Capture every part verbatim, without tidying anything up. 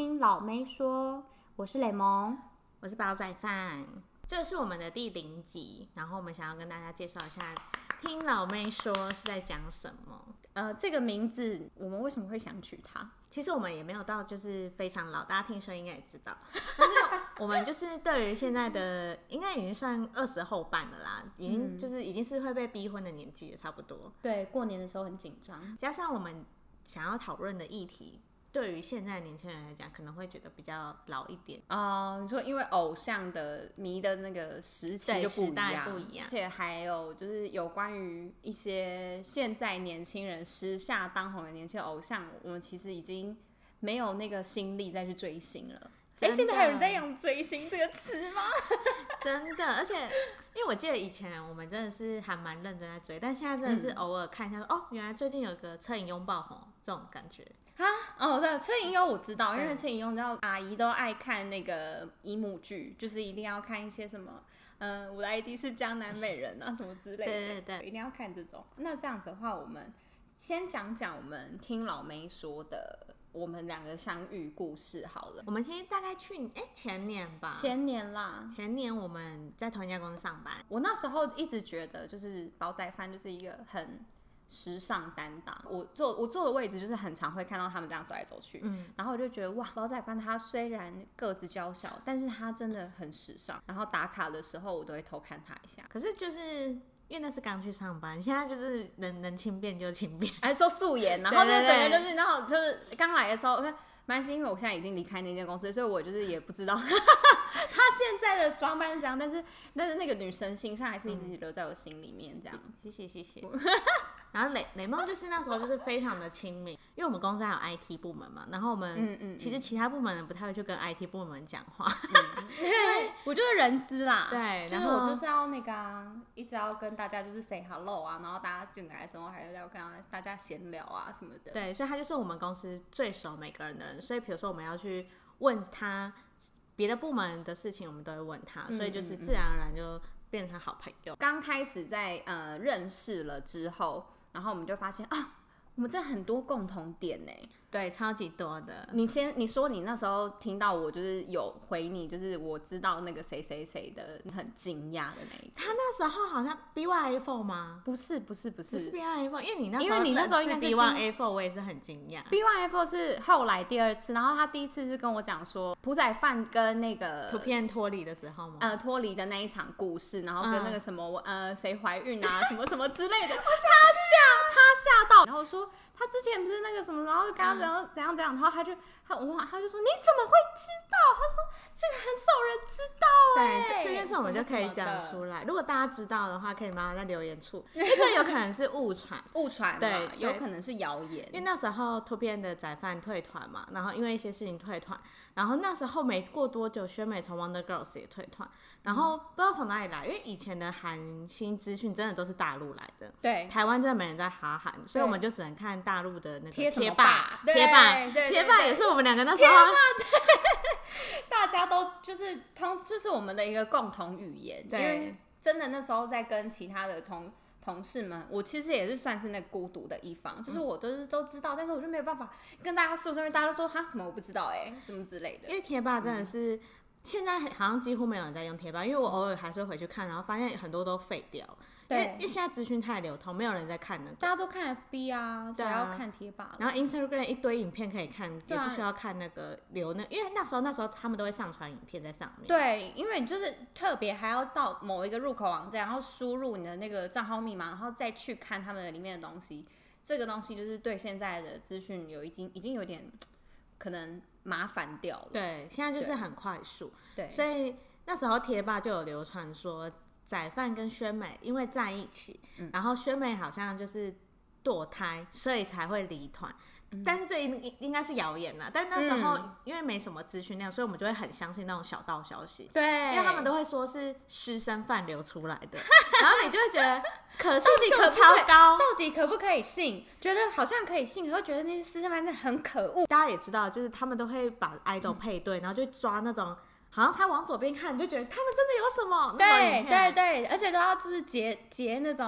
听老妹说，我是雷蒙， 我是煲仔饭，这是我们的第零集，然后我们想要跟大家介绍一下听老妹说是在讲什么。 呃，这个名字我们为什么会想取它？ 其实我们也没有到就是非常老，大家听声音应该也知道，但是我们就是对于现在的应该已经算二十后半了啦，已经就是已经是会被逼婚的年纪了，差不多。 对，过年的时候很紧张， 加上我们想要讨论的议题，对于现在的年轻人来讲，可能会觉得比较老一点。 哦、呃，你说因为偶像的迷的那个时期就不一样， 不一样， 而且还有就是有关于一些现在年轻人时下当红的年轻偶像，我们其实已经没有那个心力再去追星了。哎、欸，现在还有人在用追星这个词吗？ 真的，而且因为我记得以前我们真的是还蛮认真在追，但现在真的是偶尔看一下说、嗯、哦，原来最近有个车银优爆红这种感觉。 啊，哦，对，车银优我知道，因为车银优你知道阿姨都爱看那个姨母剧，就是一定要看一些什么，嗯、呃，我的 I D 是江南美人啊什么之类的， 对对对， 一定要看这种。那这样子的话，我们先讲讲我们听老妹说的。我们两个相遇故事好了。 我们其实大概去哎、欸、前年吧， 前年啦， 前年我们在同一家公司上班。 我那时候一直觉得，就是煲仔饭就是一个很时尚担当。我坐我坐的位置就是很常会看到他们这样走来走去，嗯，然后我就觉得哇，煲仔饭他虽然个子娇小，但是他真的很时尚。然后打卡的时候，我都会偷看他一下。 可是就是。因为那是刚去上班，现在就是能能轻便就轻便， 还说素颜，然后就是整个就是，然后就是刚来的时候，没关系，因为我现在已经离开那间公司，所以我就是也不知道他现在的装扮是怎样，但是但是那个女神形象还是一直留在我心里面这样。 谢谢谢谢。然后雷雷梦就是那时候就是非常的亲民，因为我们公司还有 I T 部门嘛，然后我们嗯嗯嗯其实其他部门人不太会去跟 I T 部门讲话，嗯、 对，我就是人资啦， 对， 就是我就是要那个啊，一直要跟大家就是 say hello 啊，然后大家进来的时候还是要跟大家闲聊啊什么的， 对，所以他就是我们公司最熟每个人的人，所以比如说我们要去问他别的部门的事情，我们都会问他，所以就是自然而然就变成好朋友。 刚开始在呃认识了之后。然后我们就发现啊，我们这很多共同点呢， 对，超级多的。 你先，你说你那时候听到我就是有回你，就是我知道那个谁谁谁的，你很惊讶的那一他那时候好像 B one A four 吗？ 不是，不是，不是， 不是 B one A four， 因为你那时候因为你那时候应该是 B one A four， 我也是很惊讶。 B one A four 是后来第二次，然后他第一次是跟我讲说，朴宰范跟那个图片脱离的时候吗？ 呃，脱离的那一场故事，然后跟那个什么、嗯、呃谁怀孕啊，什么什么之类的，他吓他吓到，然后说他之前不是那个什么，然后跟他怎样怎样怎样，然后他就他我他就说你怎么会知道？他说这个很少人知道哎、 欸，对，这件事我们就可以讲出来。如果大家知道的话，可以麻烦在留言处，因为这有可能是误传， 误传对， 有可能是谣言。 因为那时候图片的仔饭退团嘛，然后因为一些事情退团，然后那时候没过多久，宣美从 Wonder Girls 也退团，然后不知道从哪里来，因为以前的韩星资讯真的都是大陆来的， 对， 台湾真的没人在哈韩，所以我们就只能看大陆的那个贴吧， 贴吧，贴吧也是我们两个那时候， 大家都就是通，这、就是我们的一个共同语言，因为真的那时候在跟其他的同同事们，我其实也是算是那孤独的一方，就是我都是都知道，但是我就没有办法跟大家说，因为大家都说哈什么我不知道哎、欸，什么之类的。 因为贴吧真的是、嗯、现在好像几乎没有人在用贴吧，因为我偶尔还是会回去看，然后发现很多都废掉。因为因为现在资讯太流通，没有人在看那个， 大家都看 F B 啊，谁要看贴吧？ 然后 Instagram 一堆影片可以看，也不需要看那个留那，因为那时候那时候他们都会上传影片在上面。 对，因为你就是特别还要到某一个入口网站，然后输入你的那个账号密码，然后再去看他们的里面的东西。这个东西就是对现在的资讯有已经已经有点可能麻烦掉了。 对，现在就是很快速。 对， 所以那时候贴吧就有流传说。仔饭跟宣美因为在一起、嗯，然后宣美好像就是堕胎，所以才会离团、嗯。但是这应应该是谣言啦。但那时候因为没什么资讯量，所以我们就会很相信那种小道消息。 对， 因为他们都会说是私生饭流出来的，然后你就会觉得可信度超高， 到底可不可以信？觉得好像可以信，可是觉得那些私生饭真的很可恶。 大家也知道，就是他们都会把 idol 配对，然后就抓那种。好像他往左边看，你就觉得他们真的有什么？ 对对对，而且都要就是截截那种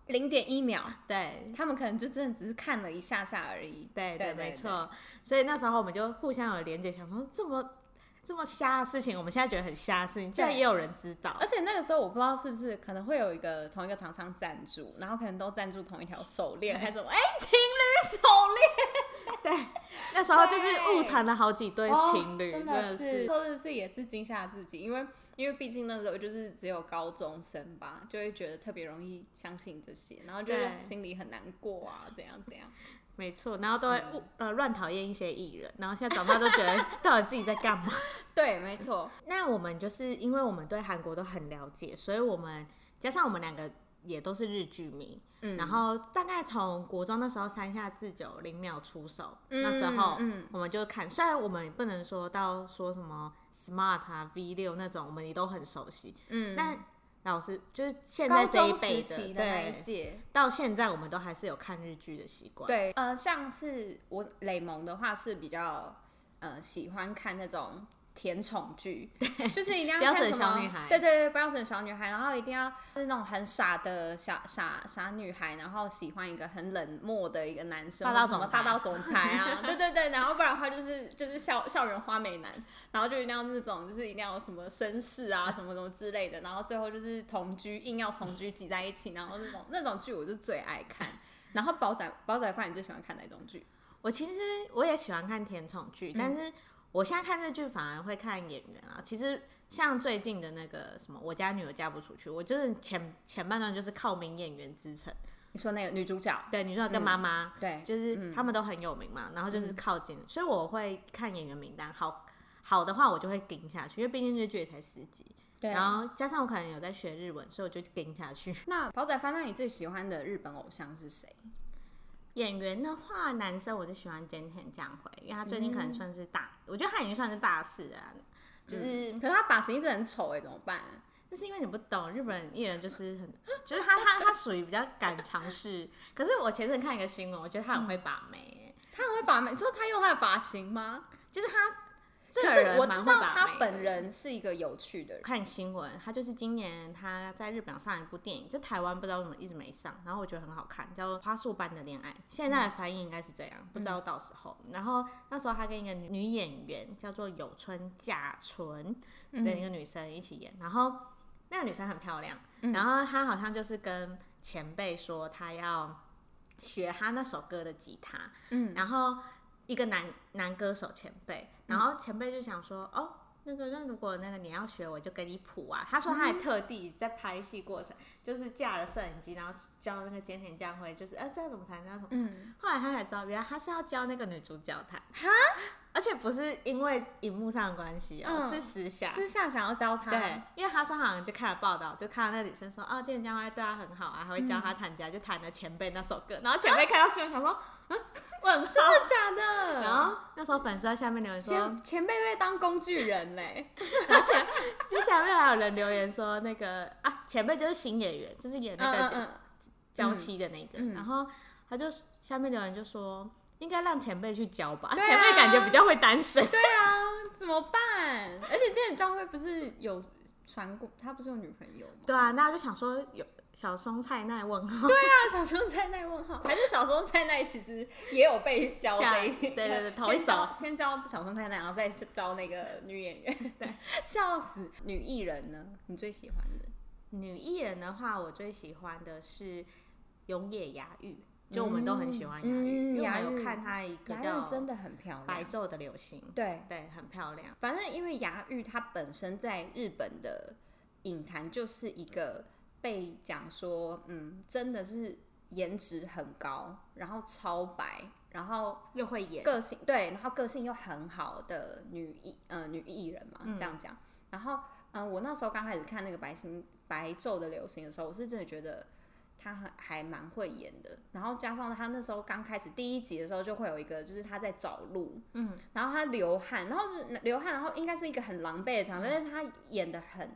零点一秒， 对， 他们可能就真的只是看了一下下而已。 对对，没错。所以那时候我们就互相有连结，想说这么这么瞎的事情，我们现在觉得很瞎的事情，竟然也有人知道。 而且那个时候我不知道是不是可能会有一个同一个厂商赞助，然后可能都赞助同一条手链，还是什么？哎、欸，情侣手链。 对，那时候就是误传了好几对情侣、哦，真的是，真的是也是惊吓自己，因为因为毕竟那时候就是只有高中生吧，就会觉得特别容易相信这些，然后就心里很难过啊，怎样怎样。 没错，然后都会、嗯、呃乱讨厌一些艺人，然后现在长大都觉得到底自己在干嘛？ 对，没错。 那我们就是因为我们对韩国都很了解，所以我们加上我们两个也都是日剧迷。嗯、然后大概从国中那时候山下智久零秒出手、嗯、那时候、嗯、我们就看，虽然我们不能说到说什么 Smart 啊 V 六 那种我们也都很熟悉，嗯，但老师就是现在这一辈的， 的那一届到现在我们都还是有看日剧的习惯。 对，呃，像是我雷蒙的话是比较呃喜欢看那种甜宠剧，就是一定要看什么标准小女孩， 对对对，标准小女孩，然后一定要是那种很傻的小傻傻女孩，然后喜欢一个很冷漠的一个男生， 霸道总裁， 什么霸道总裁啊，对对对，然后不然的话就是就是校校园花美男，然后就一定要那种就是一定要有什么绅士啊什么什么之类的，然后最后就是同居，硬要同居挤在一起，然后那种那种剧我就最爱看。然后煲仔煲仔饭你最喜欢看哪种剧？ 我其实我也喜欢看甜宠剧，但是我现在看日剧反而会看演员啊。其实像最近的那个什么《我家女儿嫁不出去》，我就是前前半段就是靠名演员支撑。 你说那个女主角？ 对，女主角跟妈妈、 嗯，对， 就是他们都很有名嘛，然后就是靠近、嗯，所以我会看演员名单，好好的话我就会盯下去，因为毕竟日剧也才十集。对，然后加上我可能有在学日文，所以我就盯下去。 那煲仔饭，那你最喜欢的日本偶像是谁？ 演员的话，男生我就喜欢菅田将晖，因为他最近可能算是大，嗯、我觉得他已经算是大四了、啊，就是、 嗯，可是他发型一直很丑哎，怎么办？ 那是因为你不懂，日本艺人就是很，就是他他他属于比较敢尝试。可是我前阵看一个新闻，我觉得他很会把妹、嗯， 他很会把妹。你说他用他的发型吗？ 就是他。 可是我知道他本人是一个有趣的人。 看新闻，他就是今年他在日本上一部电影，就台湾不知道为什么一直没上，然后我觉得很好看，叫《花束般的恋爱》。现在的翻译应该是这样，嗯、不知道到时候。然后那时候他跟一个女演员叫做有村架纯的一个女生一起演，然后那个女生很漂亮，嗯、然后她好像就是跟前辈说她要学她那首歌的吉他，嗯，然后。一个男男歌手前辈，然后前辈就想说，嗯、哦，那个那如果那个你要学，我就给你谱啊。他说他还特地在拍戏过程，嗯、就是架了摄影机，然后教那个菅田将晖，就是哎、啊、这样怎么弹，这样怎么弹。嗯、后来他才知道，原来他是要教那个女主角弹，哈，而且不是因为荧幕上的关系哦、嗯，是私下私下想要教他。 对，因为他说好像就看了报道，就看到那个女生说，哦，菅田将晖对他很好啊，还会教他弹吉他，嗯、就弹了前辈那首歌，然后前辈看到新闻想说。嗯， 我真的假的？ 然后那时候粉丝在下面留言说， 前前辈被当工具人嘞。 而且就下面还有人留言说，那个啊，前辈就是新演员，就是演那个娇妻的那个、嗯嗯。然后他就下面留言就说，应该让前辈去教吧，啊、前辈感觉比较会单身。 对啊，怎么办？而且菅田将晖不是有传过，他不是有女朋友吗？ 对啊，大家就想说有。小松菜奈问号， 对啊，小松菜奈问号，还是小松菜奈其实也有被教这一点， 对对对，同一首， 先教小松菜奈，然后再教那个女演员，对，笑死。女艺人呢？你最喜欢的？ 女艺人的话，我最喜欢的是永野芽郁，就我们都很喜欢芽郁，因为我有看她一个叫真的很漂亮， 白昼的流星， 对对，很漂亮。 反正因为芽郁她本身在日本的影坛就是一个。被讲说，嗯，真的是颜值很高，然后超白，然后又会演， 个性对，然后个性又很好的女艺呃女艺人嘛，嗯、这样讲。然后，嗯、呃，我那时候刚开始看那个白星白昼的流星的时候，我是真的觉得她很还蛮会演的。然后加上她那时候刚开始第一集的时候，就会有一个就是她在找路，嗯，然后她流汗，然后流汗，然后应该是一个很狼狈的场景，但是她演得很。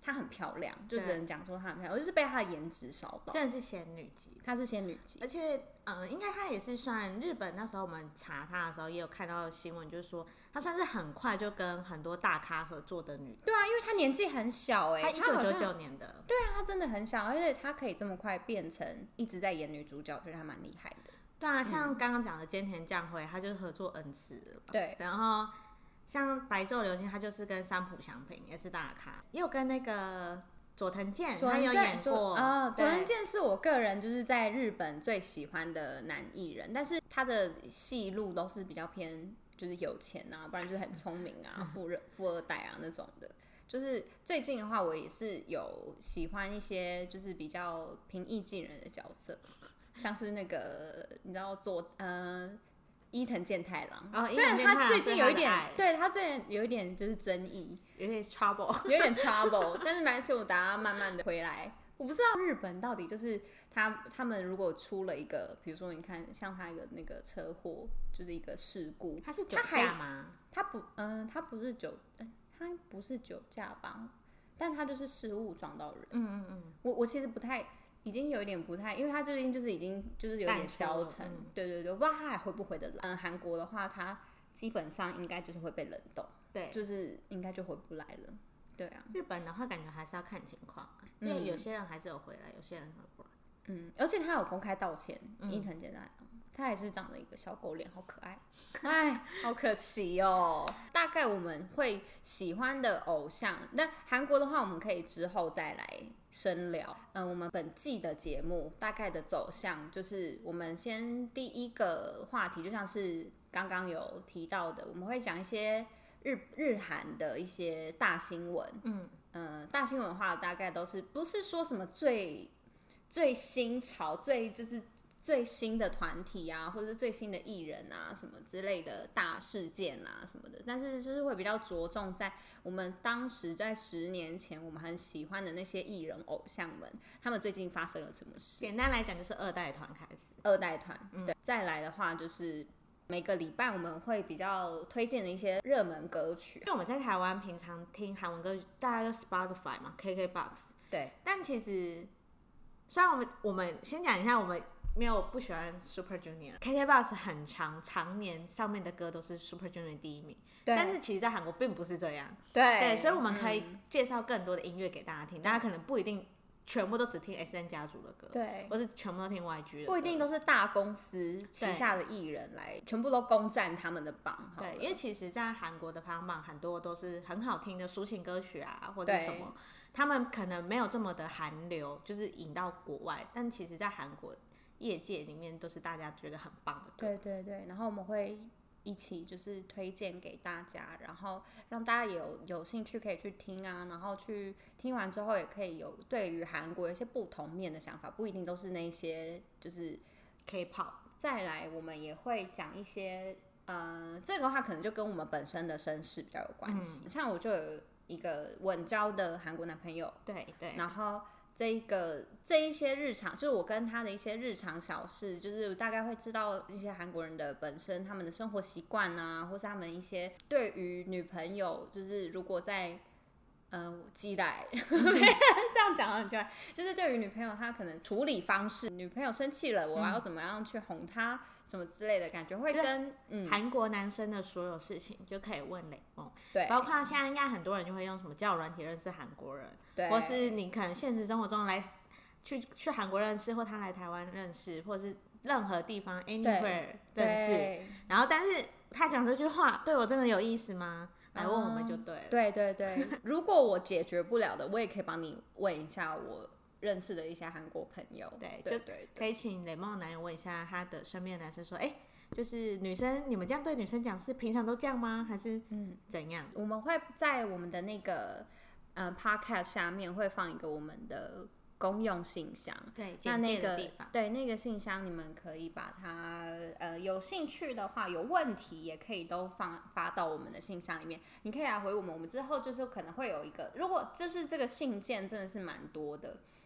她很漂亮，就只能讲说她很漂亮，我就是被她的颜值烧到， 真的是仙女级， 她是仙女级， 而且嗯，应该她也是算日本那时候我们查她的时候也有看到新闻，就是说她算是很快就跟很多大咖合作的女， 对啊，因为她年纪很小哎、欸， 她一九九九年的， 对啊，她真的很小，而且她可以这么快变成一直在演女主角，我觉得还蛮厉害的。 对啊，像刚刚讲的菅田将晖，他就是合作 N 次了吧？ 对， 然后像白昼流星，他就是跟三浦翔平也是大咖，也有跟那个佐藤健，他有演过啊。佐藤健是我个人就是在日本最喜欢的男艺人，但是他的戏路都是比较偏就是有钱啊，不然就是很聪明啊，富二富二代啊那种的。就是最近的话，我也是有喜欢一些就是比较平易近人的角色，像是那个你知道佐呃。伊藤健太郎， 哦、 虽然他最近有一点，对他最近有一点就是争议， 有点 trouble， 有点 trouble， 但是没关系，我等下慢慢的回来。我不知道日本到底就是他他们如果出了一个，比如说你看像他一个那个车祸，就是一个事故， 他是酒驾吗？ 他不，嗯、呃，他不是酒，他不是酒驾吧？但他就是失误撞到人。 嗯嗯嗯， 我我其实不太。已经有一点不太，因为他最近就是已经就是有点消沉，嗯、对对对，不知道他还回不回得来。嗯，韩国的话，他基本上应该就是会被冷冻， 对， 就是应该就回不来了。对啊， 日本的话感觉还是要看情况、啊，因为有些人还是有回来，有些人回不来。 嗯，而且他有公开道歉，伊藤健太郎，他也是长了一个小狗脸，好可爱，哎，好可惜哦。大概我们会喜欢的偶像，但韩国的话，我们可以之后再来深聊。嗯，我们本季的节目大概的走向，就是我们先第一个话题，就像是刚刚有提到的，我们会讲一些日日韩的一些大新闻。嗯，呃，大新闻的话，大概都是不是说什么最最新潮、最就是最新的团体啊，或者是最新的艺人啊，什么之类的大事件啊什么的，但是就是会比较着重在我们当时在十年前我们很喜欢的那些艺人偶像们，他们最近发生了什么事。 简单来讲就是二代团开始， 二代团，对。再来的话就是每个礼拜我们会比较推荐的一些热门歌曲， 因为我们在台湾平常听韩文歌曲，大家就 Spotify 嘛 ，K K box， 对。 但其实虽然我们我们先讲一下，我们没有不喜欢 Super Junior，K K box 很长常年上面的歌都是 Super Junior 第一名，但是其实在韩国并不是这样， 对, 对，所以我们可以介绍更多的音乐给大家听，嗯、大家可能不一定全部都只听 S N 家族的歌， 对， 或是全部都听 Y G 的歌， 不一定都是大公司旗下的艺人来全部都攻占他们的榜， 对，因为其实在韩国的排行榜很多都是很好听的抒情歌曲啊，或者什么，他们可能没有这么的韩流，就是引到国外，但其实在韩国业界里面都是大家觉得很棒的歌。 对对对，然后我们会一起就是推荐给大家，然后让大家有有兴趣可以去听啊，然后去听完之后也可以有对于韩国一些不同面的想法，不一定都是那些就是 K-pop。 再来我们也会讲一些，呃，这个的话可能就跟我们本身的身世比较有关系，嗯、像我就有一个稳交的韩国男朋友， 对对， 然后这一个这一些日常，就是我跟他的一些日常小事，就是大概会知道一些韩国人的本身他们的生活习惯啊，或是他们一些对于女朋友，就是如果在嗯寄来这样讲很奇怪，就是对于女朋友她可能处理方式，女朋友生气了，我要怎么样去哄她。什么之类的感觉会跟嗯韩国男生的所有事情就可以问雷梦， 对， 包括现在应该很多人就会用什么交友软体认识韩国人， 对， 或是你可能现实生活中来去去韩国认识，或他来台湾认识，或是任何地方 anywhere 认识，然后但是他讲这句话对我真的有意思吗？来问我们就对了， 嗯、对对对，如果我解决不了的，我也可以帮你问一下我认识的一些韩国朋友， 对， 对就可以请雷梦男友问一下他的身边的男生说，哎、欸，就是女生，你们这样对女生讲是平常都这样吗？还是嗯怎样？ 我们会在我们的那个呃 podcast 下面会放一个我们的公用信箱， 对，简介的地方， 对，那个信箱你们可以把它呃有兴趣的话，有问题也可以都放发到我们的信箱里面，你可以来回我们，我们之后就是可能会有一个，如果就是这个信件真的是蛮多的。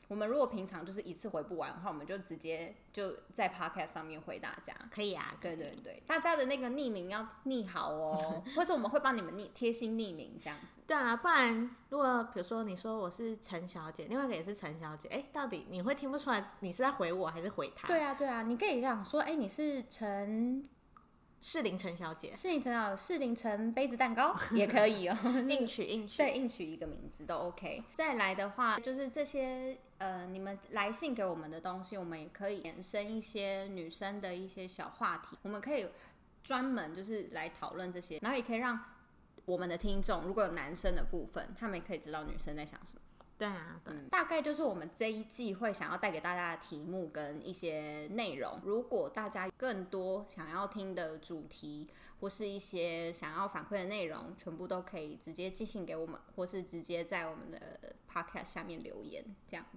我们如果平常就是一次回不完的话，我们就直接就在 podcast 上面回大家。 可以啊， 对对对，大家的那个匿名要匿好哦，或者我们会帮你们匿贴心匿名这样子。 对啊，不然如果比如说你说我是陈小姐，另外一个也是陈小姐，哎，到底你会听不出来你是在回我还是回他？ 对啊对啊，你可以这样说，哎，你是陈士林陈小姐， 士林陈小士林陈杯子蛋糕也可以哦， 硬取硬取， 对，硬取一个名字都 OK。再来的话，就是这些呃，你们来信给我们的东西，我们也可以延伸一些女生的一些小话题，我们可以专门就是来讨论这些，然后也可以让我们的听众，如果有男生的部分，他们也可以知道女生在想什么。 对啊，对， 嗯，大概就是我们这一季会想要带给大家的题目跟一些内容。如果大家更多想要听的主题，或是一些想要反馈的内容，全部都可以直接寄信给我们，或是直接在我们的 podcast 下面留言，这样。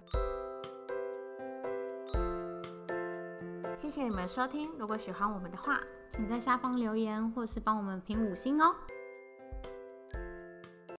谢谢你们收听，如果喜欢我们的话， 请在下方留言，或是帮我们评五星哦。